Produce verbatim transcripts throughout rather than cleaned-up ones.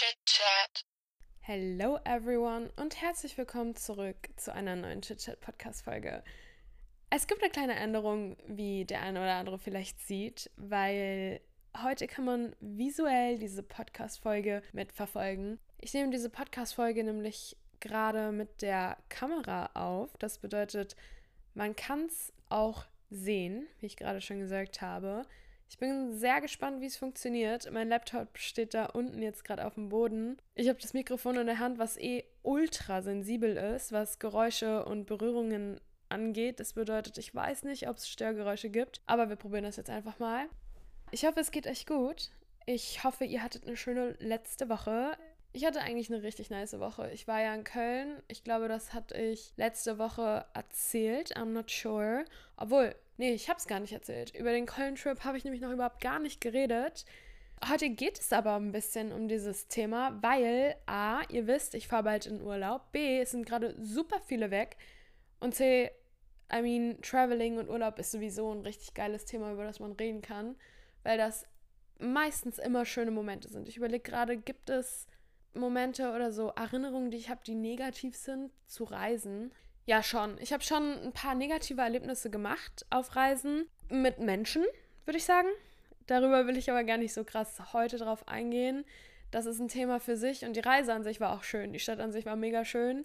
Chit-Chat. Hello everyone und herzlich willkommen zurück zu einer neuen Chit-Chat-Podcast-Folge. Es gibt eine kleine Änderung, wie der eine oder andere vielleicht sieht, weil heute kann man visuell diese Podcast-Folge mitverfolgen. Ich nehme diese Podcast-Folge nämlich gerade mit der Kamera auf. Das bedeutet, man kann es auch sehen, wie ich gerade schon gesagt habe. Ich bin sehr gespannt, wie es funktioniert. Mein Laptop steht da unten jetzt gerade auf dem Boden. Ich habe das Mikrofon in der Hand, was eh ultra sensibel ist, was Geräusche und Berührungen angeht. Das bedeutet, ich weiß nicht, ob es Störgeräusche gibt, aber wir probieren das jetzt einfach mal. Ich hoffe, es geht euch gut. Ich hoffe, ihr hattet eine schöne letzte Woche. Ich hatte eigentlich eine richtig nice Woche. Ich war ja in Köln. Ich glaube, das hatte ich letzte Woche erzählt. I'm not sure. Obwohl, nee, ich habe es gar nicht erzählt. Über den Köln-Trip habe ich nämlich noch überhaupt gar nicht geredet. Heute geht es aber ein bisschen um dieses Thema, weil A, ihr wisst, ich fahre bald in Urlaub. B, es sind gerade super viele weg. Und C, I mean, Traveling und Urlaub ist sowieso ein richtig geiles Thema, über das man reden kann. Weil das meistens immer schöne Momente sind. Ich überlege gerade, gibt es Momente oder so Erinnerungen, die ich habe, die negativ sind, zu Reisen? Ja, schon. Ich habe schon ein paar negative Erlebnisse gemacht auf Reisen mit Menschen, würde ich sagen. Darüber will ich aber gar nicht so krass heute drauf eingehen. Das ist ein Thema für sich und die Reise an sich war auch schön. Die Stadt an sich war mega schön.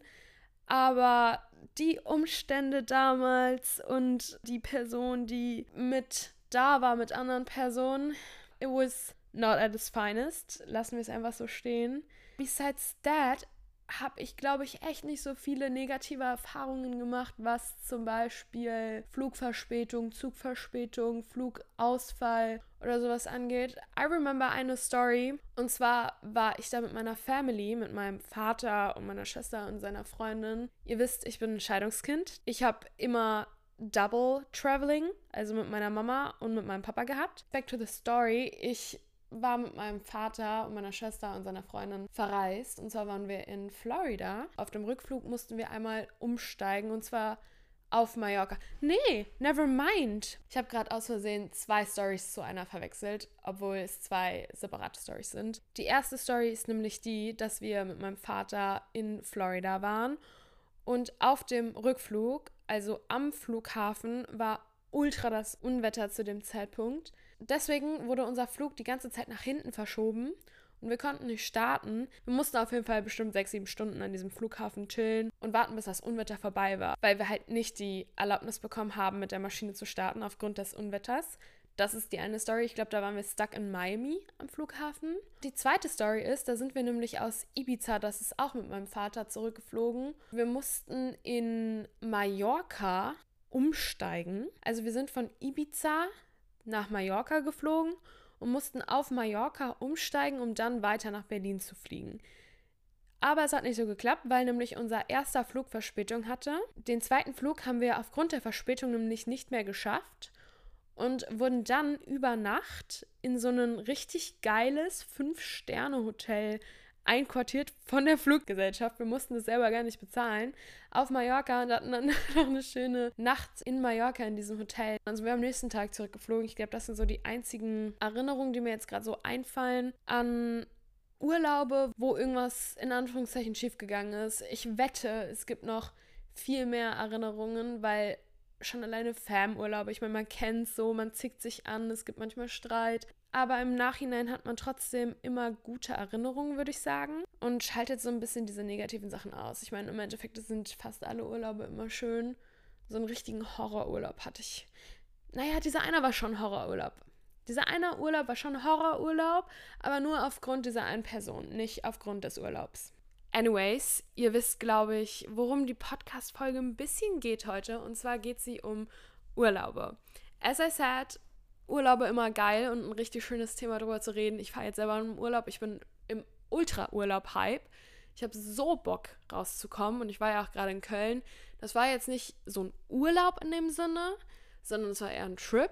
Aber die Umstände damals und die Person, die mit da war mit anderen Personen, it was not at its finest. Lassen wir es einfach so stehen. Besides that habe ich, glaube ich, echt nicht so viele negative Erfahrungen gemacht, was zum Beispiel Flugverspätung, Zugverspätung, Flugausfall oder sowas angeht. I remember eine Story, und zwar war ich da mit meiner Family, mit meinem Vater und meiner Schwester und seiner Freundin. Ihr wisst, ich bin ein Scheidungskind. Ich habe immer Double Traveling, also mit meiner Mama und mit meinem Papa gehabt. Back to the story. Ich war mit meinem Vater und meiner Schwester und seiner Freundin verreist. Und zwar waren wir in Florida. Auf dem Rückflug mussten wir einmal umsteigen, und zwar auf Mallorca. Nee, never mind. Ich habe gerade aus Versehen zwei Storys zu einer verwechselt, obwohl es zwei separate Storys sind. Die erste Story ist nämlich die, dass wir mit meinem Vater in Florida waren. Und auf dem Rückflug, also am Flughafen, war ultra das Unwetter zu dem Zeitpunkt. Deswegen wurde unser Flug die ganze Zeit nach hinten verschoben und wir konnten nicht starten. Wir mussten auf jeden Fall bestimmt sechs, sieben Stunden an diesem Flughafen chillen und warten, bis das Unwetter vorbei war, weil wir halt nicht die Erlaubnis bekommen haben, mit der Maschine zu starten aufgrund des Unwetters. Das ist die eine Story. Ich glaube, da waren wir stuck in Miami am Flughafen. Die zweite Story ist, da sind wir nämlich aus Ibiza, das ist auch mit meinem Vater zurückgeflogen. Wir mussten in Mallorca umsteigen. Also wir sind von Ibiza nach Mallorca geflogen und mussten auf Mallorca umsteigen, um dann weiter nach Berlin zu fliegen. Aber es hat nicht so geklappt, weil nämlich unser erster Flug Verspätung hatte. Den zweiten Flug haben wir aufgrund der Verspätung nämlich nicht mehr geschafft und wurden dann über Nacht in so ein richtig geiles Fünf-Sterne-Hotel einquartiert von der Fluggesellschaft. Wir mussten das selber gar nicht bezahlen. Auf Mallorca und hatten dann noch eine schöne Nacht in Mallorca in diesem Hotel. Also wir haben am nächsten Tag zurückgeflogen. Ich glaube, das sind so die einzigen Erinnerungen, die mir jetzt gerade so einfallen an Urlaube, wo irgendwas in Anführungszeichen schiefgegangen ist. Ich wette, es gibt noch viel mehr Erinnerungen, weil schon alleine Fam-Urlaube, ich meine, man kennt es so, man zickt sich an, es gibt manchmal Streit, aber im Nachhinein hat man trotzdem immer gute Erinnerungen, würde ich sagen, und schaltet so ein bisschen diese negativen Sachen aus. Ich meine, im Endeffekt sind fast alle Urlaube immer schön. So einen richtigen Horrorurlaub hatte ich. Naja, dieser einer war schon Horrorurlaub. Dieser eine Urlaub war schon Horrorurlaub, aber nur aufgrund dieser einen Person, nicht aufgrund des Urlaubs. Anyways, ihr wisst, glaube ich, worum die Podcast-Folge ein bisschen geht heute. Und zwar geht sie um Urlaube. As I said, Urlaube immer geil und ein richtig schönes Thema darüber zu reden. Ich fahre jetzt selber im Urlaub. Ich bin im Ultra-Urlaub-Hype. Ich habe so Bock rauszukommen und ich war ja auch gerade in Köln. Das war jetzt nicht so ein Urlaub in dem Sinne, sondern es war eher ein Trip.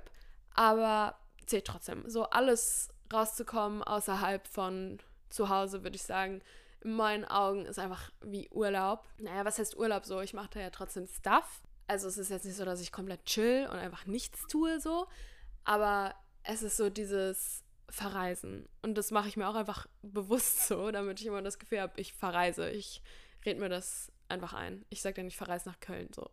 Aber zählt trotzdem. So alles rauszukommen außerhalb von zu Hause, würde ich sagen, in meinen Augen ist einfach wie Urlaub. Naja, was heißt Urlaub so? Ich mache da ja trotzdem Stuff. Also es ist jetzt nicht so, dass ich komplett chill und einfach nichts tue so. Aber es ist so dieses verreisen. Und das mache ich mir auch einfach bewusst so, damit ich immer das Gefühl habe, ich verreise. Ich rede mir das einfach ein. Ich sage dann, ich verreise nach Köln, so.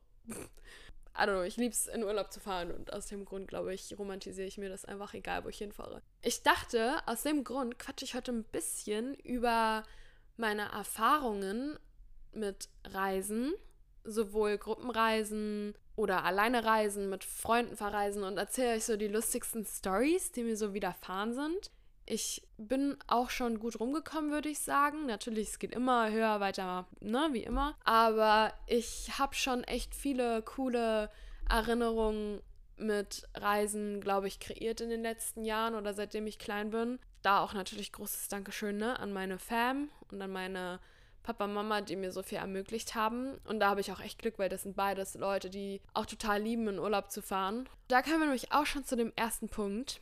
I don't know, ich liebe es, in Urlaub zu fahren und aus dem Grund, glaube ich, romantisiere ich mir das einfach, egal wo ich hinfahre. Ich dachte, aus dem Grund quatsche ich heute ein bisschen über meine Erfahrungen mit Reisen, sowohl Gruppenreisen oder alleine Reisen, mit Freunden verreisen und erzähle euch so die lustigsten Storys, die mir so widerfahren sind. Ich bin auch schon gut rumgekommen, würde ich sagen. Natürlich, es geht immer höher, weiter, ne, wie immer. Aber ich habe schon echt viele coole Erinnerungen mit Reisen, glaube ich, kreiert in den letzten Jahren oder seitdem ich klein bin. Da auch natürlich großes Dankeschön, ne, an meine Fam und an meine Papa und Mama, die mir so viel ermöglicht haben. Und da habe ich auch echt Glück, weil das sind beides Leute, die auch total lieben, in Urlaub zu fahren. Da kommen wir nämlich auch schon zu dem ersten Punkt.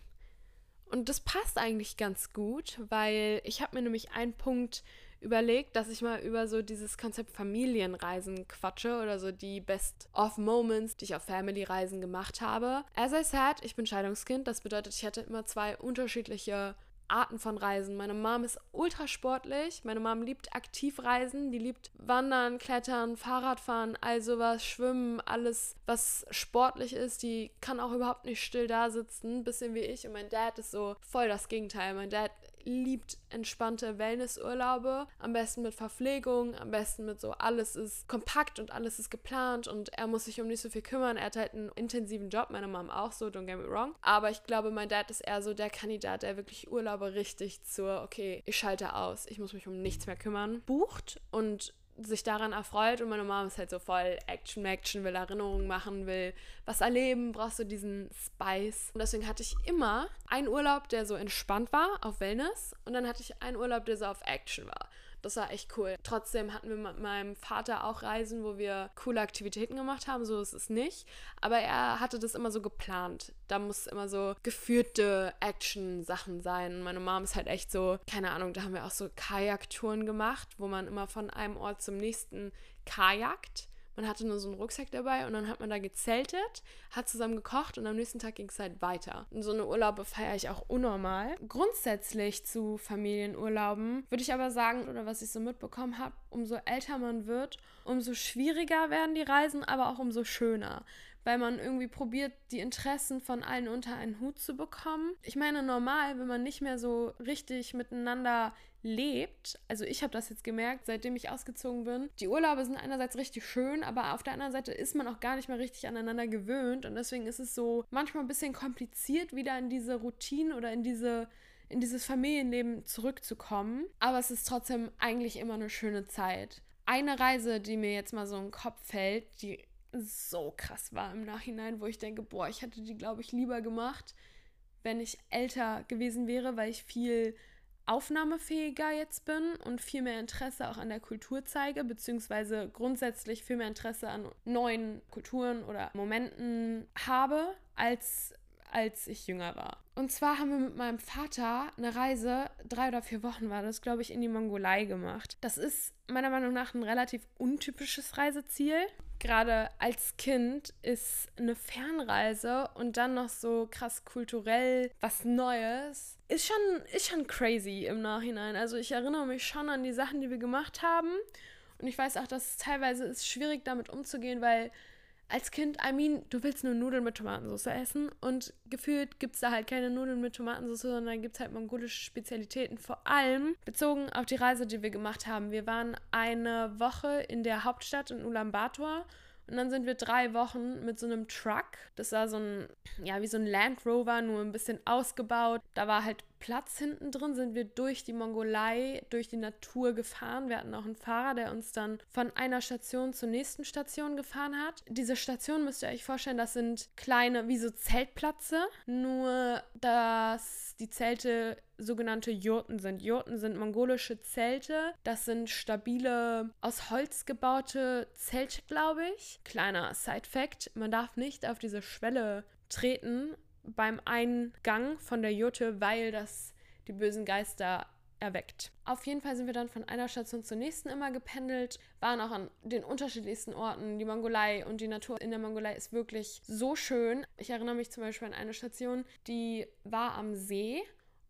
Und das passt eigentlich ganz gut, weil ich habe mir nämlich einen Punkt überlegt, dass ich mal über so dieses Konzept Familienreisen quatsche oder so die Best-of-Moments, die ich auf Family-Reisen gemacht habe. As I said, ich bin Scheidungskind, das bedeutet, ich hatte immer zwei unterschiedliche Arten von Reisen. Meine Mom ist ultra sportlich, meine Mom liebt Aktivreisen, die liebt Wandern, Klettern, Fahrradfahren, all sowas, Schwimmen, alles, was sportlich ist, die kann auch überhaupt nicht still da sitzen, bisschen wie ich. Und mein Dad ist so voll das Gegenteil. Mein Dad liebt entspannte Wellnessurlaube, am besten mit Verpflegung, am besten mit so, alles ist kompakt und alles ist geplant und er muss sich um nicht so viel kümmern. Er hat halt einen intensiven Job, meine Mom auch so, don't get me wrong. Aber ich glaube, mein Dad ist eher so der Kandidat, der wirklich Urlaube richtig zur, okay, ich schalte aus, ich muss mich um nichts mehr kümmern, bucht und sich daran erfreut. Und meine Mom ist halt so voll Action, Action, will Erinnerungen machen, will was erleben, brauchst du diesen Spice. Und deswegen hatte ich immer einen Urlaub, der so entspannt war auf Wellness und dann hatte ich einen Urlaub, der so auf Action war. Das war echt cool. Trotzdem hatten wir mit meinem Vater auch Reisen, wo wir coole Aktivitäten gemacht haben, so ist es nicht. Aber er hatte das immer so geplant. Da muss immer so geführte Action-Sachen sein. Meine Mom ist halt echt so, keine Ahnung, da haben wir auch so Kajaktouren gemacht, wo man immer von einem Ort zum nächsten kajakt. Man hatte nur so einen Rucksack dabei und dann hat man da gezeltet, hat zusammen gekocht und am nächsten Tag ging es halt weiter. Und so eine Urlaube feiere ich auch unnormal. Grundsätzlich zu Familienurlauben würde ich aber sagen, oder was ich so mitbekommen habe, umso älter man wird, umso schwieriger werden die Reisen, aber auch umso schöner. Weil man irgendwie probiert, die Interessen von allen unter einen Hut zu bekommen. Ich meine, normal, wenn man nicht mehr so richtig miteinander lebt, also ich habe das jetzt gemerkt, seitdem ich ausgezogen bin, die Urlaube sind einerseits richtig schön, aber auf der anderen Seite ist man auch gar nicht mehr richtig aneinander gewöhnt und deswegen ist es so manchmal ein bisschen kompliziert, wieder in diese Routine oder in diese in dieses Familienleben zurückzukommen, aber es ist trotzdem eigentlich immer eine schöne Zeit. Eine Reise, die mir jetzt mal so in den Kopf fällt, die so krass war im Nachhinein, wo ich denke, boah, ich hätte die, glaube ich, lieber gemacht, wenn ich älter gewesen wäre, weil ich viel aufnahmefähiger jetzt bin und viel mehr Interesse auch an der Kultur zeige, beziehungsweise grundsätzlich viel mehr Interesse an neuen Kulturen oder Momenten habe, als, als ich jünger war. Und zwar haben wir mit meinem Vater eine Reise, drei oder vier Wochen war das, glaube ich, in die Mongolei gemacht. Das ist meiner Meinung nach ein relativ untypisches Reiseziel. Gerade als Kind ist eine Fernreise und dann noch so krass kulturell was Neues, ist schon, ist schon crazy im Nachhinein. Also ich erinnere mich schon an die Sachen, die wir gemacht haben und ich weiß auch, dass es teilweise ist schwierig damit umzugehen, weil als Kind, I mean, du willst nur Nudeln mit Tomatensauce essen und gefühlt gibt es da halt keine Nudeln mit Tomatensauce, sondern gibt es halt mongolische Spezialitäten, vor allem bezogen auf die Reise, die wir gemacht haben. Wir waren eine Woche in der Hauptstadt in Ulaanbaatar und dann sind wir drei Wochen mit so einem Truck, das war so ein, ja, wie so ein Land Rover, nur ein bisschen ausgebaut. Da war halt Platz hinten drin, sind wir durch die Mongolei, durch die Natur gefahren. Wir hatten auch einen Fahrer, der uns dann von einer Station zur nächsten Station gefahren hat. Diese Station müsst ihr euch vorstellen, das sind kleine, wie so Zeltplätze, nur dass die Zelte sogenannte Jurten sind. Jurten sind mongolische Zelte. Das sind stabile, aus Holz gebaute Zelte, glaube ich. Kleiner Side-Fact, man darf nicht auf diese Schwelle treten beim Eingang von der Jurte, weil das die bösen Geister erweckt. Auf jeden Fall sind wir dann von einer Station zur nächsten immer gependelt, waren auch an den unterschiedlichsten Orten. Die Mongolei und die Natur in der Mongolei ist wirklich so schön. Ich erinnere mich zum Beispiel an eine Station, die war am See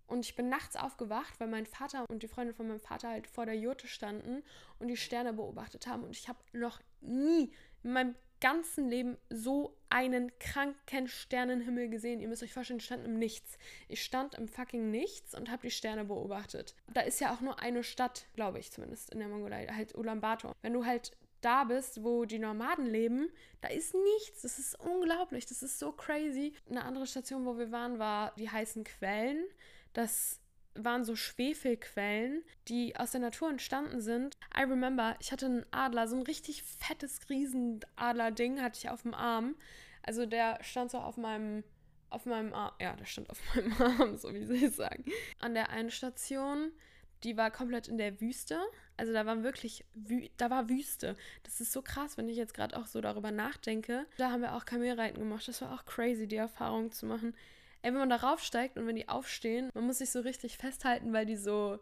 Und ich bin nachts aufgewacht, weil mein Vater und die Freundin von meinem Vater halt vor der Jurte standen und die Sterne beobachtet haben. Und ich habe noch nie in meinem ganzen Leben so einen kranken Sternenhimmel gesehen. Ihr müsst euch vorstellen, ich stand im Nichts. Ich stand im fucking Nichts und habe die Sterne beobachtet. Da ist ja auch nur eine Stadt, glaube ich zumindest, in der Mongolei, halt Ulaanbaatar. Wenn du halt da bist, wo die Nomaden leben, da ist nichts. Das ist unglaublich. Das ist so crazy. Eine andere Station, wo wir waren, war die heißen Quellen. Das waren so Schwefelquellen, die aus der Natur entstanden sind. I remember, ich hatte einen Adler, so ein richtig fettes Riesenadler-Ding hatte ich auf dem Arm. Also der stand so auf meinem, auf meinem Arm, ja, der stand auf meinem Arm, so wie soll ich sagen. An der einen Station, die war komplett in der Wüste. Also da war wirklich, Wü- da war Wüste. Das ist so krass, wenn ich jetzt gerade auch so darüber nachdenke. Da haben wir auch Kamelreiten gemacht. Das war auch crazy, die Erfahrung zu machen. Ey, wenn man da raufsteigt und wenn die aufstehen, man muss sich so richtig festhalten, weil die so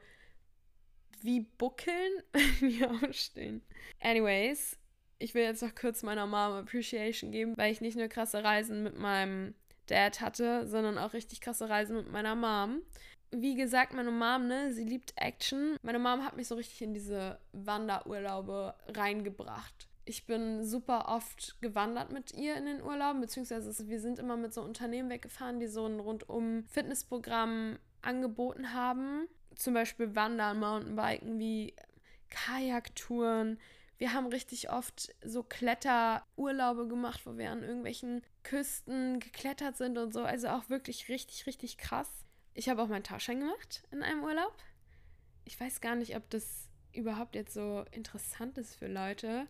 wie buckeln, wenn die aufstehen. Anyways, ich will jetzt noch kurz meiner Mom Appreciation geben, weil ich nicht nur krasse Reisen mit meinem Dad hatte, sondern auch richtig krasse Reisen mit meiner Mom. Wie gesagt, meine Mom, ne, sie liebt Action. Meine Mom hat mich so richtig in diese Wanderurlaube reingebracht. Ich bin super oft gewandert mit ihr in den Urlauben, beziehungsweise wir sind immer mit so Unternehmen weggefahren, die so ein rundum Fitnessprogramm angeboten haben. Zum Beispiel Wandern, Mountainbiken, wie Kajaktouren. Wir haben richtig oft so Kletterurlaube gemacht, wo wir an irgendwelchen Küsten geklettert sind und so. Also auch wirklich richtig, richtig krass. Ich habe auch meinen Tauschschein gemacht in einem Urlaub. Ich weiß gar nicht, ob das überhaupt jetzt so interessant ist für Leute.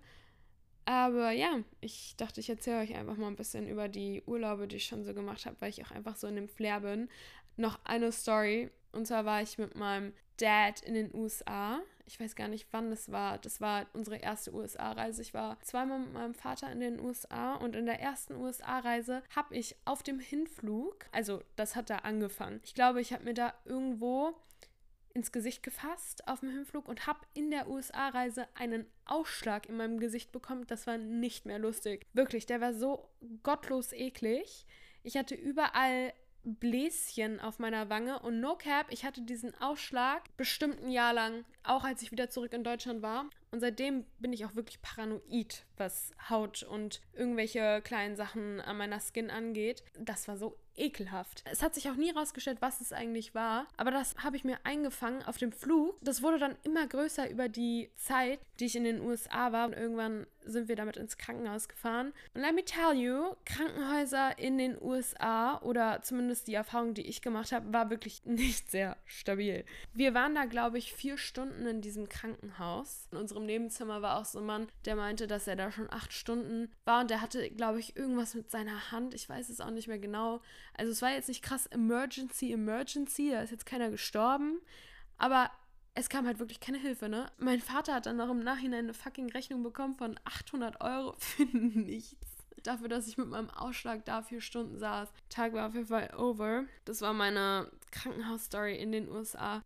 Aber ja, ich dachte, ich erzähle euch einfach mal ein bisschen über die Urlaube, die ich schon so gemacht habe, weil ich auch einfach so in dem Flair bin. Noch eine Story. Und zwar war ich mit meinem Dad in den U S A. Ich weiß gar nicht, wann das war. Das war unsere erste U S A-Reise. Ich war zweimal mit meinem Vater in den U S A und in der ersten U S A-Reise habe ich auf dem Hinflug, also das hat da angefangen. Ich glaube, ich habe mir da irgendwo ins Gesicht gefasst auf dem Hinflug und habe in der U S A-Reise einen Ausschlag in meinem Gesicht bekommen. Das war nicht mehr lustig. Wirklich, der war so gottlos eklig. Ich hatte überall Bläschen auf meiner Wange und no cap, ich hatte diesen Ausschlag bestimmt ein Jahr lang, auch als ich wieder zurück in Deutschland war. Und seitdem bin ich auch wirklich paranoid, was Haut und irgendwelche kleinen Sachen an meiner Skin angeht. Das war so ekelhaft. Es hat sich auch nie rausgestellt, was es eigentlich war, aber das habe ich mir eingefangen auf dem Flug. Das wurde dann immer größer über die Zeit, die ich in den U S A war und irgendwann sind wir damit ins Krankenhaus gefahren. Und let me tell you, Krankenhäuser in den U S A oder zumindest die Erfahrung, die ich gemacht habe, war wirklich nicht sehr stabil. Wir waren da, glaube ich, vier Stunden in diesem Krankenhaus. In unserem Nebenzimmer war auch so ein Mann, der meinte, dass er da schon acht Stunden war und der hatte, glaube ich, irgendwas mit seiner Hand. Ich weiß es auch nicht mehr genau. Also es war jetzt nicht krass Emergency, Emergency, da ist jetzt keiner gestorben, aber es kam halt wirklich keine Hilfe, ne? Mein Vater hat dann noch im Nachhinein eine fucking Rechnung bekommen von achthundert Euro für nichts. Dafür, dass ich mit meinem Ausschlag da vier Stunden saß. Tag war auf jeden Fall over. Das war meine Krankenhausstory in den U S A.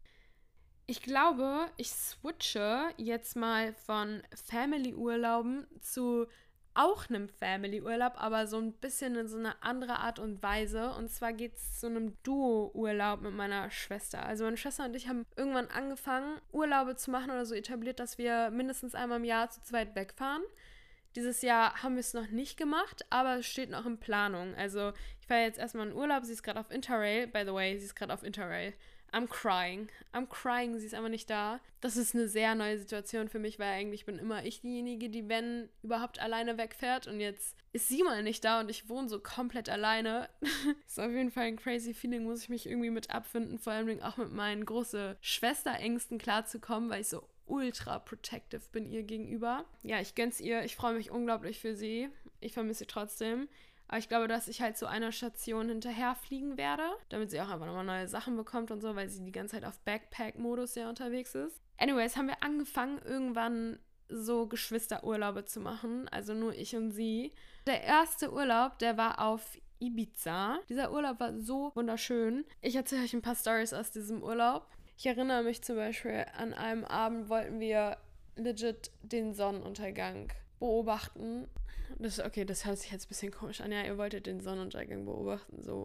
Ich glaube, ich switche jetzt mal von Family-Urlauben zu auch einem Family-Urlaub, aber so ein bisschen in so eine andere Art und Weise. Und zwar geht es zu einem Duo-Urlaub mit meiner Schwester. Also meine Schwester und ich haben irgendwann angefangen, Urlaube zu machen oder so etabliert, dass wir mindestens einmal im Jahr zu zweit wegfahren. Dieses Jahr haben wir es noch nicht gemacht, aber es steht noch in Planung. Also ich fahre jetzt erstmal in Urlaub, sie ist gerade auf Interrail. By the way, sie ist gerade auf Interrail. I'm crying. I'm crying, sie ist einfach nicht da. Das ist eine sehr neue Situation für mich, weil eigentlich bin immer ich diejenige, die, wenn überhaupt, alleine wegfährt. Und jetzt ist sie mal nicht da und ich wohne so komplett alleine. Ist auf jeden Fall ein crazy Feeling, muss ich mich irgendwie mit abfinden. Vor allem auch mit meinen großen Schwesterängsten klarzukommen, weil ich so ultra protective bin ihr gegenüber. Ja, ich gönn's ihr. Ich freue mich unglaublich für sie. Ich vermisse sie trotzdem. Aber ich glaube, dass ich halt zu einer Station hinterherfliegen werde, damit sie auch einfach nochmal neue Sachen bekommt und so, weil sie die ganze Zeit auf Backpack-Modus ja unterwegs ist. Anyways, haben wir angefangen, irgendwann so Geschwisterurlaube zu machen, also nur ich und sie. Der erste Urlaub, der war auf Ibiza. Dieser Urlaub war so wunderschön. Ich erzähle euch ein paar Storys aus diesem Urlaub. Ich erinnere mich zum Beispiel, an einem Abend wollten wir legit den Sonnenuntergang beobachten. Das, okay, das hört sich jetzt ein bisschen komisch an. Ja, ihr wolltet den Sonnenuntergang beobachten, so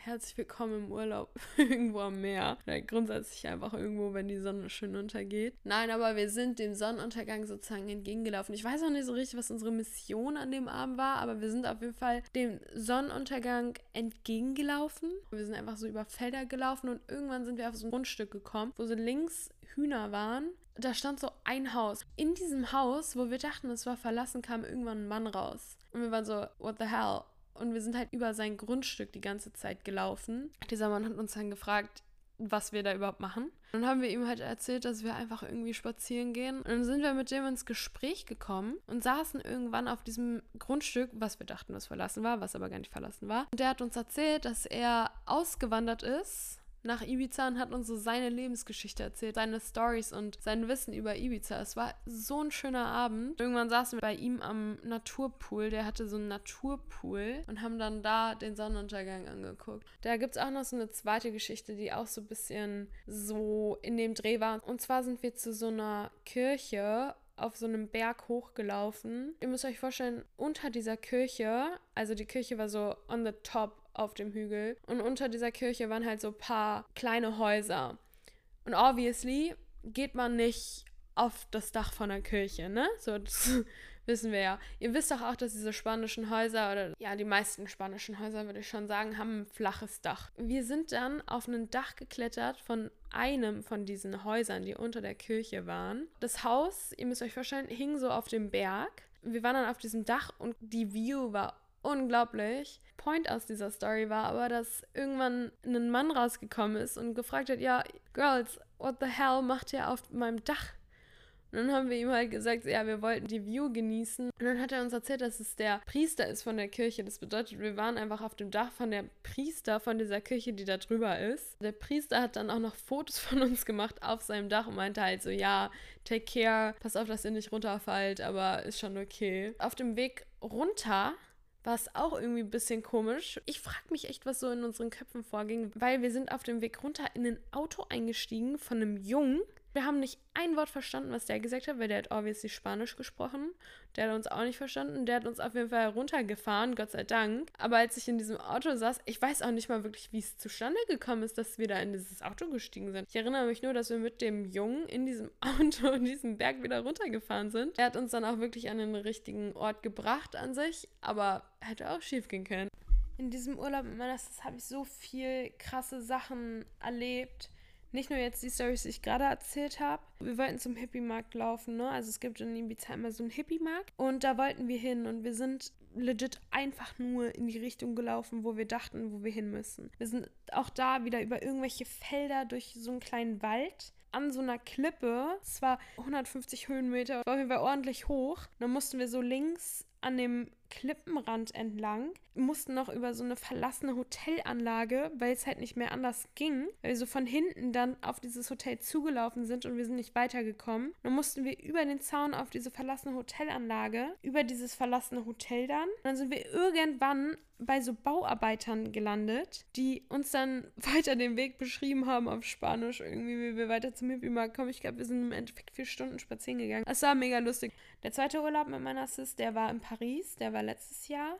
herzlich willkommen im Urlaub irgendwo am Meer. Oder grundsätzlich einfach irgendwo, wenn die Sonne schön untergeht. Nein, aber wir sind dem Sonnenuntergang sozusagen entgegengelaufen. Ich weiß auch nicht so richtig, was unsere Mission an dem Abend war, aber wir sind auf jeden Fall dem Sonnenuntergang entgegengelaufen. Wir sind einfach so über Felder gelaufen und irgendwann sind wir auf so ein Grundstück gekommen, wo so links Hühner waren. Da stand so ein Haus. In diesem Haus, wo wir dachten, es war verlassen, kam irgendwann ein Mann raus. Und wir waren so, what the hell? Und wir sind halt über sein Grundstück die ganze Zeit gelaufen. Dieser Mann hat uns dann gefragt, was wir da überhaupt machen. Und dann haben wir ihm halt erzählt, dass wir einfach irgendwie spazieren gehen. Und dann sind wir mit dem ins Gespräch gekommen und saßen irgendwann auf diesem Grundstück, was wir dachten, was verlassen war, was aber gar nicht verlassen war. Und der hat uns erzählt, dass er ausgewandert ist nach Ibiza und hat uns so seine Lebensgeschichte erzählt, seine Storys und sein Wissen über Ibiza. Es war so ein schöner Abend. Irgendwann saßen wir bei ihm am Naturpool, der hatte so einen Naturpool und haben dann da den Sonnenuntergang angeguckt. Da gibt es auch noch so eine zweite Geschichte, die auch so ein bisschen so in dem Dreh war. Und zwar sind wir zu so einer Kirche auf so einem Berg hochgelaufen. Ihr müsst euch vorstellen, unter dieser Kirche, also die Kirche war so on the top auf dem Hügel und unter dieser Kirche waren halt so ein paar kleine Häuser. Und obviously geht man nicht auf das Dach von der Kirche, ne? So, das wissen wir ja. Ihr wisst doch auch, dass diese spanischen Häuser, oder ja, die meisten spanischen Häuser, würde ich schon sagen, haben ein flaches Dach. Wir sind dann auf ein Dach geklettert von einem von diesen Häusern, die unter der Kirche waren. Das Haus, ihr müsst euch vorstellen, hing so auf dem Berg. Wir waren dann auf diesem Dach und die View war unglaublich. Point aus dieser Story war aber, dass irgendwann ein Mann rausgekommen ist und gefragt hat, ja, Girls, what the hell macht ihr auf meinem Dach? Und dann haben wir ihm halt gesagt, ja, wir wollten die View genießen. Und dann hat er uns erzählt, dass es der Priester ist von der Kirche. Das bedeutet, wir waren einfach auf dem Dach von der Priester von dieser Kirche, die da drüber ist. Der Priester hat dann auch noch Fotos von uns gemacht auf seinem Dach und meinte halt so, ja, take care, pass auf, dass ihr nicht runterfallt, aber ist schon okay. Auf dem Weg runter war es auch irgendwie ein bisschen komisch. Ich frage mich echt, was so in unseren Köpfen vorging, weil wir sind auf dem Weg runter in ein Auto eingestiegen von einem Jungen. Wir haben nicht ein Wort verstanden, was der gesagt hat, weil der hat obviously Spanisch gesprochen. Der hat uns auch nicht verstanden. Der hat uns auf jeden Fall runtergefahren, Gott sei Dank. Aber als ich in diesem Auto saß, ich weiß auch nicht mal wirklich, wie es zustande gekommen ist, dass wir da in dieses Auto gestiegen sind. Ich erinnere mich nur, dass wir mit dem Jungen in diesem Auto in diesen Berg wieder runtergefahren sind. Er hat uns dann auch wirklich an den richtigen Ort gebracht an sich, aber hätte auch schief gehen können. In diesem Urlaub mit meiner Sis habe ich so viel krasse Sachen erlebt. Nicht nur jetzt die Storys, die ich gerade erzählt habe. Wir wollten zum Hippie-Markt laufen, ne? Also es gibt in Ibiza immer so einen Hippie-Markt. Und da wollten wir hin und wir sind legit einfach nur in die Richtung gelaufen, wo wir dachten, wo wir hin müssen. Wir sind auch da wieder über irgendwelche Felder durch so einen kleinen Wald an so einer Klippe. Es war hundertfünfzig Höhenmeter, war auf jeden Fall ordentlich hoch. Dann mussten wir so links an dem Klippenrand entlang, mussten noch über so eine verlassene Hotelanlage, weil es halt nicht mehr anders ging, weil wir so von hinten dann auf dieses Hotel zugelaufen sind und wir sind nicht weitergekommen. Dann mussten wir über den Zaun auf diese verlassene Hotelanlage, über dieses verlassene Hotel dann. Und dann sind wir irgendwann bei so Bauarbeitern gelandet, die uns dann weiter den Weg beschrieben haben auf Spanisch, irgendwie, wie wir weiter zum Hippie-Markt kommen. Ich glaube, wir sind im Endeffekt vier Stunden spazieren gegangen. Das war mega lustig. Der zweite Urlaub mit meiner Sis, der war in Paris, der war letztes Jahr.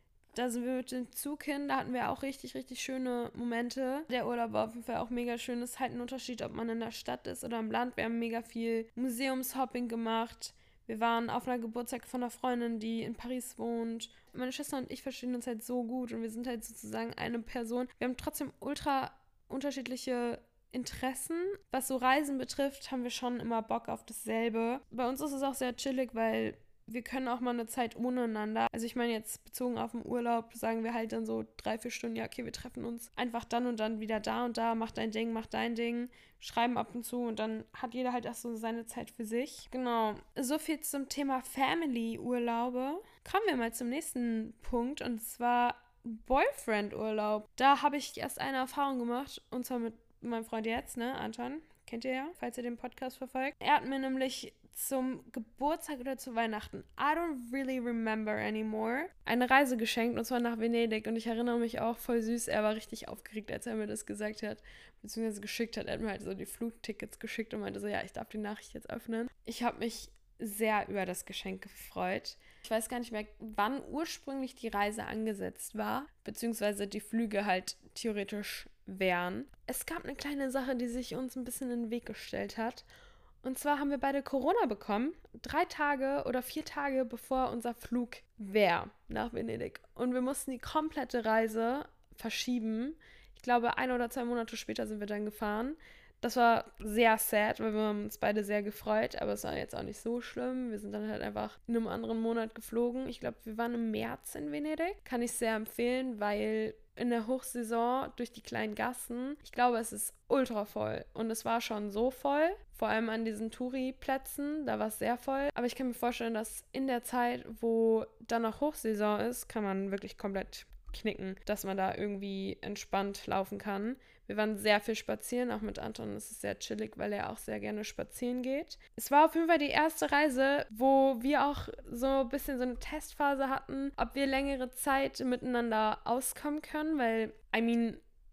Da sind wir mit dem Zug hin, da hatten wir auch richtig, richtig schöne Momente. Der Urlaub war auf jeden Fall auch mega schön. Es ist halt ein Unterschied, ob man in der Stadt ist oder im Land. Wir haben mega viel Museumshopping gemacht. Wir waren auf einer Geburtstag von einer Freundin, die in Paris wohnt. Meine Schwester und ich verstehen uns halt so gut und wir sind halt sozusagen eine Person. Wir haben trotzdem ultra unterschiedliche Interessen. Was so Reisen betrifft, haben wir schon immer Bock auf dasselbe. Bei uns ist es auch sehr chillig, weil wir können auch mal eine Zeit ohne einander. Also ich meine jetzt bezogen auf den Urlaub, sagen wir halt dann so drei, vier Stunden, ja okay, wir treffen uns einfach dann und dann wieder da und da, mach dein Ding, mach dein Ding, schreiben ab und zu und dann hat jeder halt auch so seine Zeit für sich. Genau, so viel zum Thema Family-Urlaube. Kommen wir mal zum nächsten Punkt und zwar Boyfriend-Urlaub. Da habe ich erst eine Erfahrung gemacht und zwar mit meinem Freund jetzt, ne, Anton. Kennt ihr ja, falls ihr den Podcast verfolgt. Er hat mir nämlich zum Geburtstag oder zu Weihnachten, I don't really remember anymore, eine Reise geschenkt und zwar nach Venedig und ich erinnere mich auch voll süß, er war richtig aufgeregt, als er mir das gesagt hat, beziehungsweise geschickt hat, er hat mir halt so die Flugtickets geschickt und meinte so, ja, ich darf die Nachricht jetzt öffnen. Ich habe mich sehr über das Geschenk gefreut. Ich weiß gar nicht mehr, wann ursprünglich die Reise angesetzt war, beziehungsweise die Flüge halt theoretisch wären. Es gab eine kleine Sache, die sich uns ein bisschen in den Weg gestellt hat. Und zwar haben wir beide Corona bekommen, drei Tage oder vier Tage bevor unser Flug wäre nach Venedig. Und wir mussten die komplette Reise verschieben. Ich glaube, ein oder zwei Monate später sind wir dann gefahren. Das war sehr sad, weil wir haben uns beide sehr gefreut, aber es war jetzt auch nicht so schlimm. Wir sind dann halt einfach in einem anderen Monat geflogen. Ich glaube, wir waren im März in Venedig. Kann ich sehr empfehlen, weil in der Hochsaison durch die kleinen Gassen, ich glaube, es ist ultra voll. Und es war schon so voll, vor allem an diesen Touri-Plätzen, da war es sehr voll. Aber ich kann mir vorstellen, dass in der Zeit, wo dann noch Hochsaison ist, kann man wirklich komplett knicken, dass man da irgendwie entspannt laufen kann. Wir waren sehr viel spazieren, auch mit Anton ist es sehr chillig, weil er auch sehr gerne spazieren geht. Es war auf jeden Fall die erste Reise, wo wir auch so ein bisschen so eine Testphase hatten, ob wir längere Zeit miteinander auskommen können, weil, I mean,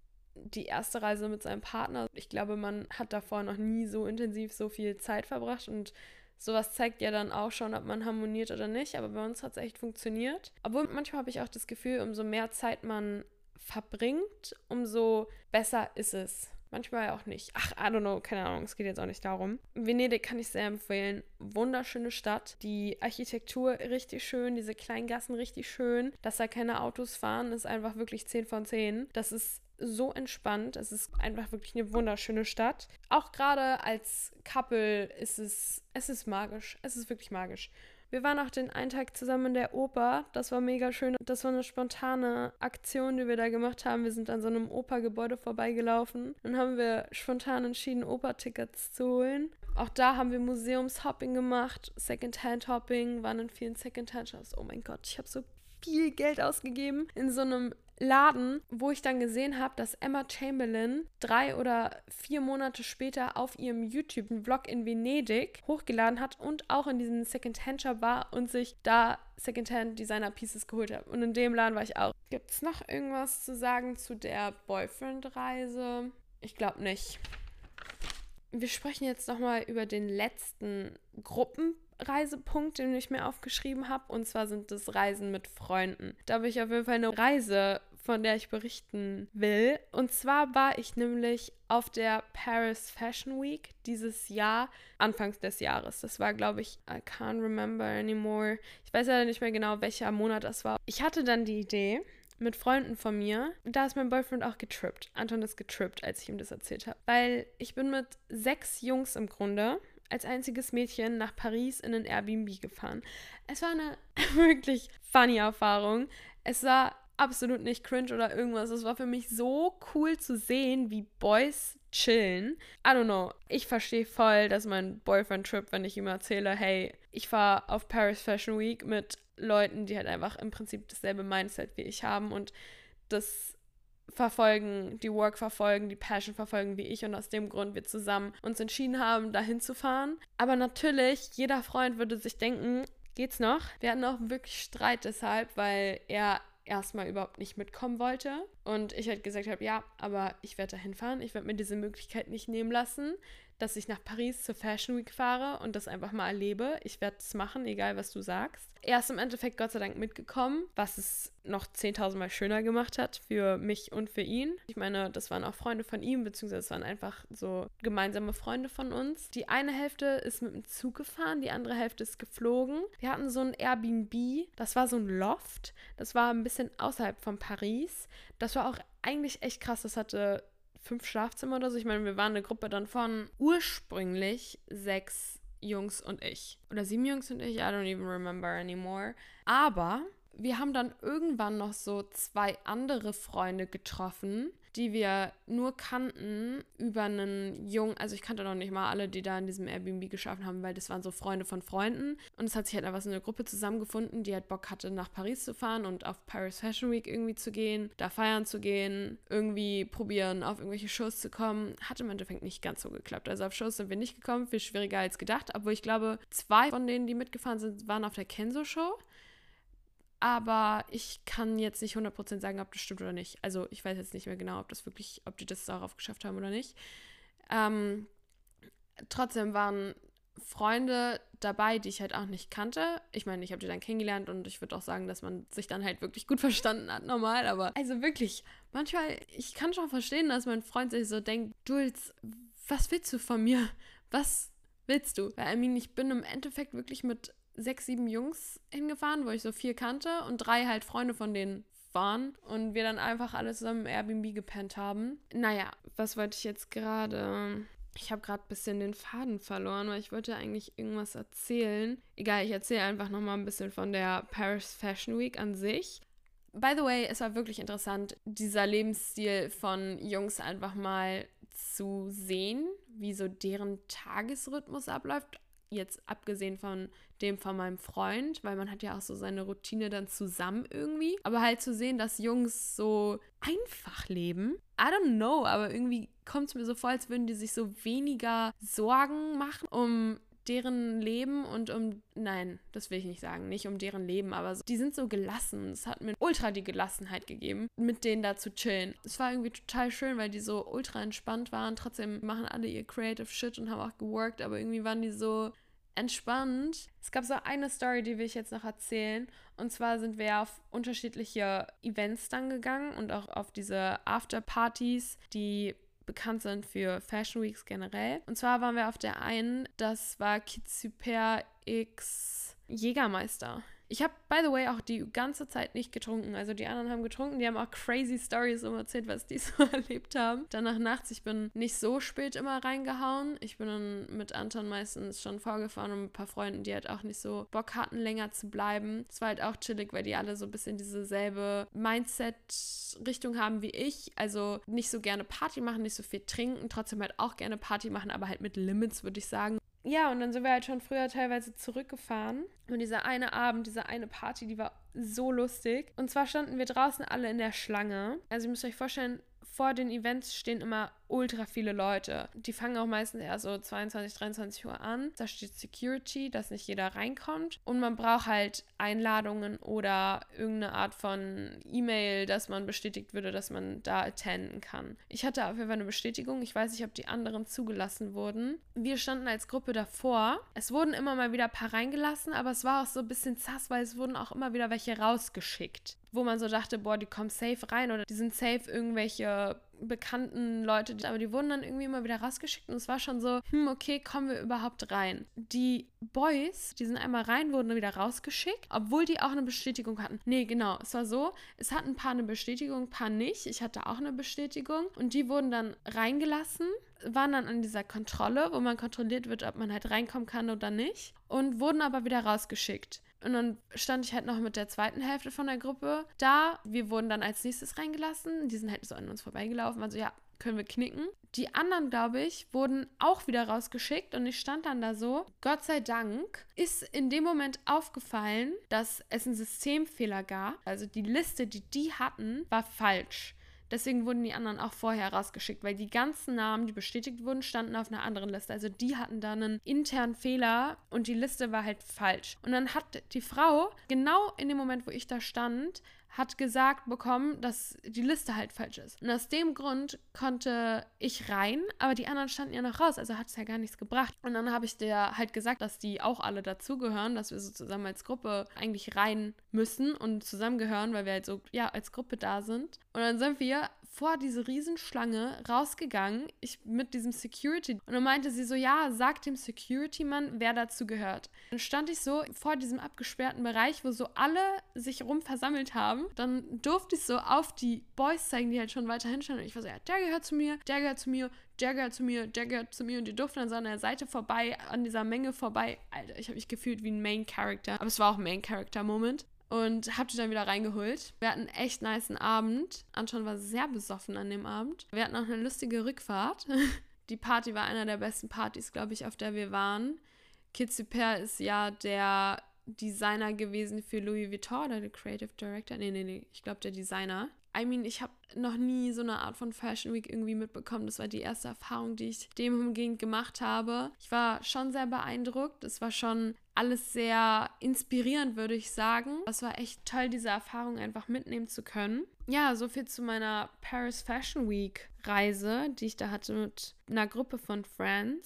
die erste Reise mit seinem Partner, ich glaube, man hat davor noch nie so intensiv so viel Zeit verbracht und sowas zeigt ja dann auch schon, ob man harmoniert oder nicht, aber bei uns hat es echt funktioniert. Obwohl manchmal habe ich auch das Gefühl, umso mehr Zeit man verbringt, umso besser ist es. Manchmal auch nicht. Ach, I don't know, keine Ahnung, es geht jetzt auch nicht darum. Venedig kann ich sehr empfehlen. Wunderschöne Stadt. Die Architektur richtig schön, diese kleinen Gassen richtig schön. Dass da keine Autos fahren, ist einfach wirklich zehn von zehn. Das ist so entspannt. Es ist einfach wirklich eine wunderschöne Stadt. Auch gerade als Couple ist es, es ist magisch. Es ist wirklich magisch. Wir waren auch den einen Tag zusammen in der Oper. Das war mega schön. Das war eine spontane Aktion, die wir da gemacht haben. Wir sind an so einem Opergebäude vorbeigelaufen. Dann haben wir spontan entschieden, Opertickets zu holen. Auch da haben wir Museumshopping gemacht, Secondhand-Hopping, waren in vielen Secondhand-Shops. Oh mein Gott, ich habe so viel Geld ausgegeben in so einem Laden, wo ich dann gesehen habe, dass Emma Chamberlain drei oder vier Monate später auf ihrem YouTube einen Vlog in Venedig hochgeladen hat und auch in diesem Secondhand-Shop war und sich da Secondhand-Designer-Pieces geholt hat. Und in dem Laden war ich auch. Gibt es noch irgendwas zu sagen zu der Boyfriend-Reise? Ich glaube nicht. Wir sprechen jetzt nochmal über den letzten Gruppenreisepunkt, den ich mir aufgeschrieben habe. Und zwar sind das Reisen mit Freunden. Da habe ich auf jeden Fall eine Reise, von der ich berichten will. Und zwar war ich nämlich auf der Paris Fashion Week dieses Jahr, anfangs des Jahres. Das war, glaube ich, I can't remember anymore. Ich weiß ja nicht mehr genau, welcher Monat das war. Ich hatte dann die Idee, mit Freunden von mir, da ist mein Boyfriend auch getrippt. Anton ist getrippt, als ich ihm das erzählt habe. Weil ich bin mit sechs Jungs im Grunde als einziges Mädchen nach Paris in ein Airbnb gefahren. Es war eine wirklich funny Erfahrung. Es war absolut nicht cringe oder irgendwas. Es war für mich so cool zu sehen, wie Boys chillen. I don't know. Ich verstehe voll, dass mein Boyfriend trippt, wenn ich ihm erzähle, hey, ich fahre auf Paris Fashion Week mit Leuten, die halt einfach im Prinzip dasselbe Mindset wie ich haben und das verfolgen, die Work verfolgen, die Passion verfolgen wie ich und aus dem Grund wir zusammen uns entschieden haben, dahin zu fahren. Aber natürlich, jeder Freund würde sich denken, geht's noch? Wir hatten auch wirklich Streit deshalb, weil er erstmal überhaupt nicht mitkommen wollte und ich halt gesagt habe, ja, aber ich werde dahin fahren, ich werde mir diese Möglichkeit nicht nehmen lassen, dass ich nach Paris zur Fashion Week fahre und das einfach mal erlebe. Ich werde es machen, egal was du sagst. Er ist im Endeffekt Gott sei Dank mitgekommen, was es noch zehntausend Mal schöner gemacht hat für mich und für ihn. Ich meine, das waren auch Freunde von ihm, beziehungsweise es waren einfach so gemeinsame Freunde von uns. Die eine Hälfte ist mit dem Zug gefahren, die andere Hälfte ist geflogen. Wir hatten so ein Airbnb, das war so ein Loft, das war ein bisschen außerhalb von Paris. Das war auch eigentlich echt krass, das hatte fünf Schlafzimmer oder so. Ich meine, wir waren eine Gruppe dann von ursprünglich sechs Jungs und ich. Oder sieben Jungs und ich, I don't even remember anymore. Aber wir haben dann irgendwann noch so zwei andere Freunde getroffen, die wir nur kannten über einen Jungen, also ich kannte noch nicht mal alle, die da in diesem Airbnb geschlafen haben, weil das waren so Freunde von Freunden und es hat sich halt einfach so eine Gruppe zusammengefunden, die halt Bock hatte, nach Paris zu fahren und auf Paris Fashion Week irgendwie zu gehen, da feiern zu gehen, irgendwie probieren, auf irgendwelche Shows zu kommen. Hat im Endeffekt nicht ganz so geklappt. Also auf Shows sind wir nicht gekommen, viel schwieriger als gedacht, obwohl ich glaube, zwei von denen, die mitgefahren sind, waren auf der Kenzo-Show. Aber ich kann jetzt nicht hundert Prozent sagen, ob das stimmt oder nicht. Also ich weiß jetzt nicht mehr genau, ob das wirklich, ob die das darauf geschafft haben oder nicht. Ähm, trotzdem waren Freunde dabei, die ich halt auch nicht kannte. Ich meine, ich habe die dann kennengelernt und ich würde auch sagen, dass man sich dann halt wirklich gut verstanden hat, normal. Aber also wirklich, manchmal, ich kann schon verstehen, dass mein Freund sich so denkt, Jules, was willst du von mir? Was willst du? Weil, I mean, ich bin im Endeffekt wirklich mit sechs, sieben Jungs hingefahren, wo ich so vier kannte und drei halt Freunde von denen waren und wir dann einfach alle zusammen im Airbnb gepennt haben. Naja, was wollte ich jetzt gerade... Ich habe gerade ein bisschen den Faden verloren, weil ich wollte eigentlich irgendwas erzählen. Egal, ich erzähle einfach nochmal ein bisschen von der Paris Fashion Week an sich. By the way, es war wirklich interessant, dieser Lebensstil von Jungs einfach mal zu sehen, wie so deren Tagesrhythmus abläuft. Jetzt abgesehen von dem von meinem Freund, weil man hat ja auch so seine Routine dann zusammen irgendwie. Aber halt zu sehen, dass Jungs so einfach leben. I don't know, aber irgendwie kommt es mir so vor, als würden die sich so weniger Sorgen machen um deren Leben und um, nein, das will ich nicht sagen, nicht um deren Leben, aber so, die sind so gelassen. Es hat mir ultra die Gelassenheit gegeben, mit denen da zu chillen. Es war irgendwie total schön, weil die so ultra entspannt waren. Trotzdem machen alle ihr creative Shit und haben auch geworkt, aber irgendwie waren die so entspannt. Es gab so eine Story, die will ich jetzt noch erzählen. Und zwar sind wir auf unterschiedliche Events dann gegangen und auch auf diese Afterpartys, die bekannt sind für Fashion Weeks generell. Und zwar waren wir auf der einen, das war Kids Super X Jägermeister. Ich habe, by the way, auch die ganze Zeit nicht getrunken. Also die anderen haben getrunken, die haben auch crazy Stories immer erzählt, was die so erlebt haben. Danach nachts, ich bin nicht so spät immer reingehauen. Ich bin dann mit Anton meistens schon vorgefahren und mit ein paar Freunden, die halt auch nicht so Bock hatten, länger zu bleiben. Es war halt auch chillig, weil die alle so ein bisschen dieselbe Mindset-Richtung haben wie ich. Also nicht so gerne Party machen, nicht so viel trinken, trotzdem halt auch gerne Party machen, aber halt mit Limits, würde ich sagen. Ja, und dann sind wir halt schon früher teilweise zurückgefahren. Und dieser eine Abend, diese eine Party, die war so lustig. Und zwar standen wir draußen alle in der Schlange. Also ihr müsst euch vorstellen, vor den Events stehen immer ultra viele Leute. Die fangen auch meistens erst so zweiundzwanzig, dreiundzwanzig Uhr an. Da steht Security, dass nicht jeder reinkommt. Und man braucht halt Einladungen oder irgendeine Art von E-Mail, dass man bestätigt würde, dass man da attenden kann. Ich hatte auf jeden Fall eine Bestätigung. Ich weiß nicht, ob die anderen zugelassen wurden. Wir standen als Gruppe davor. Es wurden immer mal wieder ein paar reingelassen, aber es war auch so ein bisschen sass, weil es wurden auch immer wieder welche rausgeschickt, wo man so dachte, boah, die kommen safe rein oder die sind safe irgendwelche bekannten Leute, aber die wurden dann irgendwie immer wieder rausgeschickt und es war schon so, hm, okay, kommen wir überhaupt rein? Die Boys, die sind einmal rein, wurden dann wieder rausgeschickt, obwohl die auch eine Bestätigung hatten. Nee, genau, es war so, es hatten ein paar eine Bestätigung, ein paar nicht. Ich hatte auch eine Bestätigung und die wurden dann reingelassen, waren dann an dieser Kontrolle, wo man kontrolliert wird, ob man halt reinkommen kann oder nicht und wurden aber wieder rausgeschickt. Und dann stand ich halt noch mit der zweiten Hälfte von der Gruppe da. Wir wurden dann als nächstes reingelassen. Die sind halt so an uns vorbeigelaufen. Also ja, können wir knicken. Die anderen, glaube ich, wurden auch wieder rausgeschickt. Und ich stand dann da so. Gott sei Dank ist in dem Moment aufgefallen, dass es einen Systemfehler gab. Also die Liste, die die hatten, war falsch. Deswegen wurden die anderen auch vorher rausgeschickt, weil die ganzen Namen, die bestätigt wurden, standen auf einer anderen Liste. Also die hatten da einen internen Fehler und die Liste war halt falsch. Und dann hat die Frau, genau in dem Moment, wo ich da stand, hat gesagt bekommen, dass die Liste halt falsch ist. Und aus dem Grund konnte ich rein, aber die anderen standen ja noch raus, also hat es ja gar nichts gebracht. Und dann habe ich dir halt gesagt, dass die auch alle dazugehören, dass wir so zusammen als Gruppe eigentlich rein müssen und zusammengehören, weil wir halt so, ja, als Gruppe da sind. Und dann sind wir vor diese Riesenschlange rausgegangen, ich mit diesem Security. Und dann meinte sie so, ja, sag dem Security-Mann, wer dazu gehört. Dann stand ich so vor diesem abgesperrten Bereich, wo so alle sich rum versammelt haben. Dann durfte ich so auf die Boys zeigen, die halt schon weiterhin standen. Und ich war so, ja, der gehört zu mir, der gehört zu mir, der gehört zu mir, der gehört zu mir. Und die durften dann so an der Seite vorbei, an dieser Menge vorbei. Alter, ich habe mich gefühlt wie ein Main-Character. Aber es war auch ein Main-Character-Moment. Und hab die dann wieder reingeholt. Wir hatten einen echt nicen Abend. Anton war sehr besoffen an dem Abend. Wir hatten auch eine lustige Rückfahrt. Die Party war einer der besten Partys, glaube ich, auf der wir waren. Kids Super ist ja der Designer gewesen für Louis Vuitton oder der Creative Director. Nee, nee, nee, ich glaube der Designer. I mean, ich habe noch nie so eine Art von Fashion Week irgendwie mitbekommen. Das war die erste Erfahrung, die ich dem umgehend gemacht habe. Ich war schon sehr beeindruckt. Es war schon alles sehr inspirierend, würde ich sagen. Es war echt toll, diese Erfahrung einfach mitnehmen zu können. Ja, soviel zu meiner Paris Fashion Week Reise, die ich da hatte mit einer Gruppe von Friends.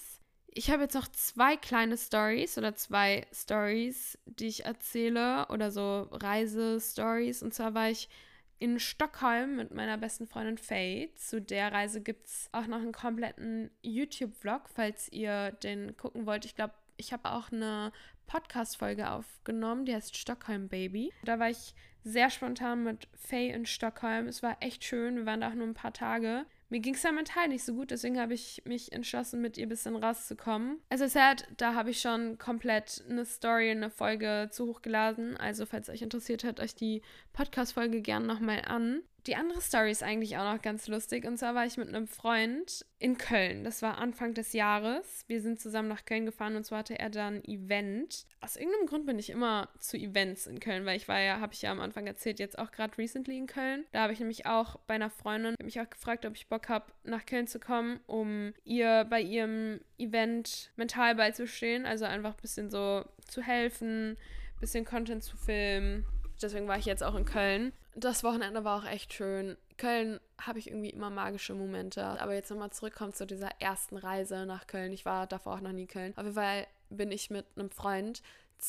Ich habe jetzt noch zwei kleine Stories oder zwei Stories, die ich erzähle oder so Reisestories. Und zwar war ich in Stockholm mit meiner besten Freundin Faye. Zu der Reise gibt es auch noch einen kompletten YouTube-Vlog, falls ihr den gucken wollt. Ich glaube, ich habe auch eine Podcast-Folge aufgenommen, die heißt Stockholm Baby. Da war ich sehr spontan mit Faye in Stockholm. Es war echt schön. Wir waren da auch nur ein paar Tage. Mir ging es ja mental nicht so gut, deswegen habe ich mich entschlossen, mit ihr ein bisschen rauszukommen. Also sad, da habe ich schon komplett eine Story, eine Folge zu hochgeladen. Also falls euch interessiert, hört euch die Podcast-Folge gerne nochmal an. Die andere Story ist eigentlich auch noch ganz lustig. Und zwar war ich mit einem Freund in Köln. Das war Anfang des Jahres. Wir sind zusammen nach Köln gefahren und zwar hatte er da ein Event. Aus irgendeinem Grund bin ich immer zu Events in Köln, weil ich war ja, habe ich ja am Anfang erzählt, jetzt auch gerade recently in Köln. Da habe ich nämlich auch bei einer Freundin mich auch gefragt, ob ich Bock habe, nach Köln zu kommen, um ihr bei ihrem Event mental beizustehen. Also einfach ein bisschen so zu helfen, ein bisschen Content zu filmen. Deswegen war ich jetzt auch in Köln. Das Wochenende war auch echt schön. Köln habe ich irgendwie immer magische Momente. Aber jetzt nochmal zurückkommt zu dieser ersten Reise nach Köln. Ich war davor auch noch nie in Köln. Auf jeden Fall bin ich mit einem Freund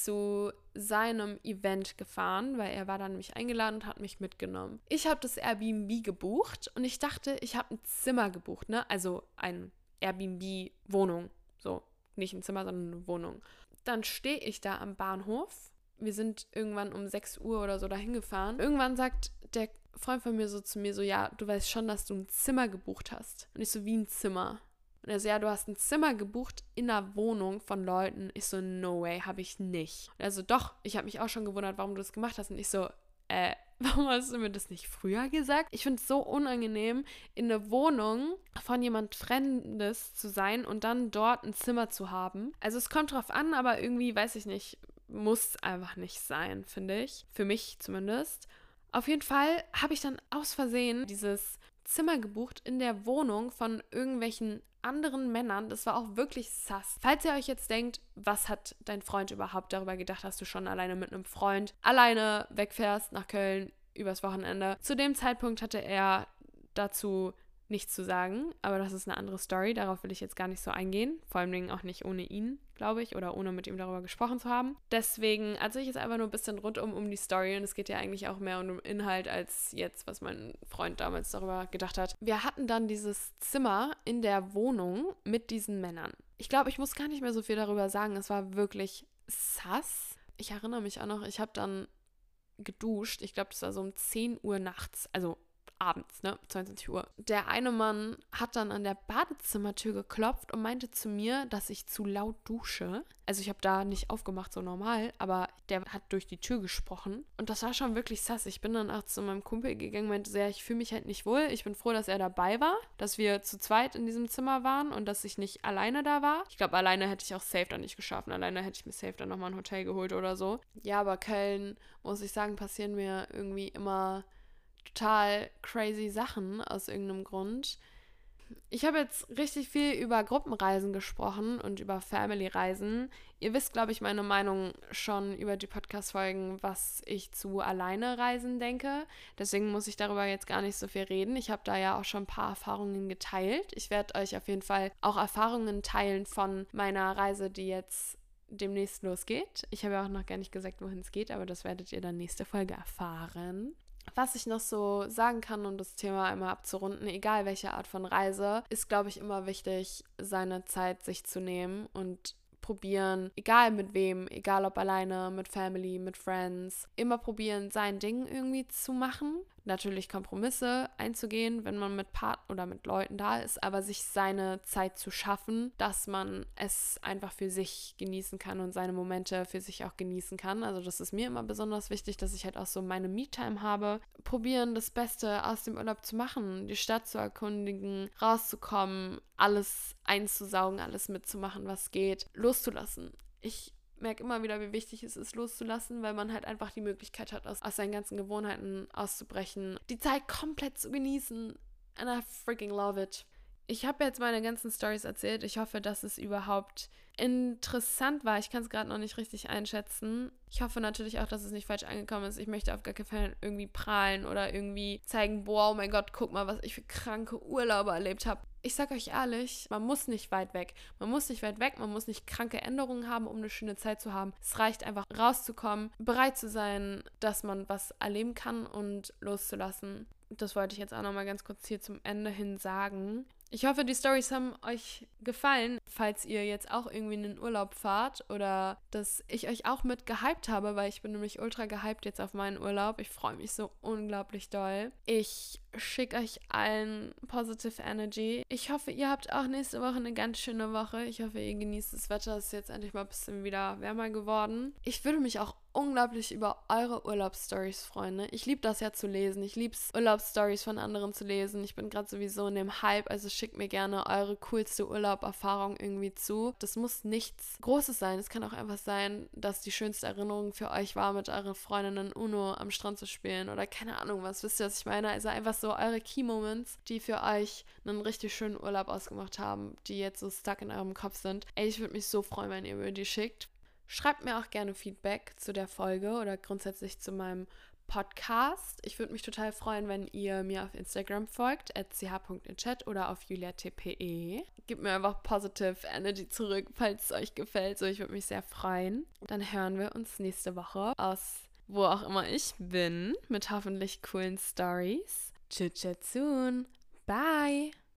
zu seinem Event gefahren, weil er war da nämlich eingeladen und hat mich mitgenommen. Ich habe das Airbnb gebucht und ich dachte, ich habe ein Zimmer gebucht, ne? Also ein Airbnb-Wohnung. So, nicht ein Zimmer, sondern eine Wohnung. Dann stehe ich da am Bahnhof. Wir sind irgendwann um sechs Uhr oder so dahin gefahren. Irgendwann sagt der Freund von mir so zu mir so, ja, du weißt schon, dass du ein Zimmer gebucht hast. Und ich so, wie ein Zimmer? Und er so, ja, du hast ein Zimmer gebucht in einer Wohnung von Leuten. Ich so, no way, habe ich nicht. Und er so, doch, ich habe mich auch schon gewundert, warum du das gemacht hast. Und ich so, äh, warum hast du mir das nicht früher gesagt? Ich finde es so unangenehm, in eine Wohnung von jemand Fremdes zu sein und dann dort ein Zimmer zu haben. Also es kommt drauf an, aber irgendwie, weiß ich nicht, muss einfach nicht sein, finde ich. Für mich zumindest. Auf jeden Fall habe ich dann aus Versehen dieses Zimmer gebucht in der Wohnung von irgendwelchen anderen Männern. Das war auch wirklich sass. Falls ihr euch jetzt denkt, was hat dein Freund überhaupt darüber gedacht, dass du schon alleine mit einem Freund alleine wegfährst nach Köln übers Wochenende. Zu dem Zeitpunkt hatte er dazu nichts zu sagen, aber das ist eine andere Story, darauf will ich jetzt gar nicht so eingehen, vor allem auch nicht ohne ihn, glaube ich, oder ohne mit ihm darüber gesprochen zu haben. Deswegen erzähle ich jetzt einfach nur ein bisschen rundum um die Story und es geht ja eigentlich auch mehr um den Inhalt als jetzt, was mein Freund damals darüber gedacht hat. Wir hatten dann dieses Zimmer in der Wohnung mit diesen Männern. Ich glaube, ich muss gar nicht mehr so viel darüber sagen, es war wirklich sass. Ich erinnere mich auch noch, ich habe dann geduscht, ich glaube, das war so um zehn Uhr nachts, also abends, ne, zweiundzwanzig Uhr. Der eine Mann hat dann an der Badezimmertür geklopft und meinte zu mir, dass ich zu laut dusche. Also ich habe da nicht aufgemacht, so normal, aber der hat durch die Tür gesprochen. Und das war schon wirklich sass. Ich bin dann auch zu meinem Kumpel gegangen und meinte, ja, ich fühle mich halt nicht wohl. Ich bin froh, dass er dabei war, dass wir zu zweit in diesem Zimmer waren und dass ich nicht alleine da war. Ich glaube, alleine hätte ich auch safe dann nicht geschaffen. Alleine hätte ich mir safe dann nochmal ein Hotel geholt oder so. Ja, aber Köln, muss ich sagen, passieren mir irgendwie immer total crazy Sachen aus irgendeinem Grund. Ich habe jetzt richtig viel über Gruppenreisen gesprochen und über Family-Reisen. Ihr wisst, glaube ich, meine Meinung schon über die Podcast-Folgen, was ich zu Alleine-Reisen denke. Deswegen muss ich darüber jetzt gar nicht so viel reden. Ich habe da ja auch schon ein paar Erfahrungen geteilt. Ich werde euch auf jeden Fall auch Erfahrungen teilen von meiner Reise, die jetzt demnächst losgeht. Ich habe ja auch noch gar nicht gesagt, wohin es geht, aber das werdet ihr dann nächste Folge erfahren. Was ich noch so sagen kann, um das Thema einmal abzurunden, egal welche Art von Reise, ist, glaube ich, immer wichtig, seine Zeit sich zu nehmen und probieren, egal mit wem, egal ob alleine, mit Family, mit Friends, immer probieren, sein Ding irgendwie zu machen. Natürlich Kompromisse einzugehen, wenn man mit Partnern oder mit Leuten da ist, aber sich seine Zeit zu schaffen, dass man es einfach für sich genießen kann und seine Momente für sich auch genießen kann. Also das ist mir immer besonders wichtig, dass ich halt auch so meine Me-Time habe. Probieren, das Beste aus dem Urlaub zu machen, die Stadt zu erkundigen, rauszukommen, alles einzusaugen, alles mitzumachen, was geht, loszulassen. Ich merke immer wieder, wie wichtig es ist, loszulassen, weil man halt einfach die Möglichkeit hat, aus, aus seinen ganzen Gewohnheiten auszubrechen, die Zeit komplett zu genießen. And I freaking love it. Ich habe jetzt meine ganzen Storys erzählt. Ich hoffe, dass es überhaupt interessant war. Ich kann es gerade noch nicht richtig einschätzen. Ich hoffe natürlich auch, dass es nicht falsch angekommen ist. Ich möchte auf gar keinen Fall irgendwie prahlen oder irgendwie zeigen, boah, oh mein Gott, guck mal, was ich für kranke Urlaube erlebt habe. Ich sag euch ehrlich, man muss nicht weit weg. Man muss nicht weit weg, man muss nicht kranke Änderungen haben, um eine schöne Zeit zu haben. Es reicht einfach rauszukommen, bereit zu sein, dass man was erleben kann und loszulassen. Das wollte ich jetzt auch nochmal ganz kurz hier zum Ende hin sagen. Ich hoffe, die Storys haben euch gefallen, falls ihr jetzt auch irgendwie in den Urlaub fahrt oder dass ich euch auch mit gehypt habe, weil ich bin nämlich ultra gehypt jetzt auf meinen Urlaub. Ich freue mich so unglaublich doll. Ich schicke euch allen positive Energy. Ich hoffe, ihr habt auch nächste Woche eine ganz schöne Woche. Ich hoffe, ihr genießt das Wetter. Es ist jetzt endlich mal ein bisschen wieder wärmer geworden. Ich würde mich auch unglaublich über eure Urlaubsstories freuen. Ne? Ich liebe das ja zu lesen. Ich liebe es, Urlaubsstories von anderen zu lesen. Ich bin gerade sowieso in dem Hype, also schickt mir gerne eure coolste Urlauberfahrung irgendwie zu. Das muss nichts Großes sein. Es kann auch einfach sein, dass die schönste Erinnerung für euch war, mit euren Freundinnen Uno am Strand zu spielen oder keine Ahnung was. Wisst ihr, was ich meine? Also einfach so eure Key Moments, die für euch einen richtig schönen Urlaub ausgemacht haben, die jetzt so stuck in eurem Kopf sind. Ey, ich würde mich so freuen, wenn ihr mir die schickt. Schreibt mir auch gerne Feedback zu der Folge oder grundsätzlich zu meinem Podcast. Ich würde mich total freuen, wenn ihr mir auf Instagram folgt, at c h punkt in chat oder auf juliatpe. Gebt mir einfach positive Energy zurück, falls es euch gefällt. So, ich würde mich sehr freuen. Dann hören wir uns nächste Woche aus wo auch immer ich bin, mit hoffentlich coolen Stories. Chit chat soon. Bye.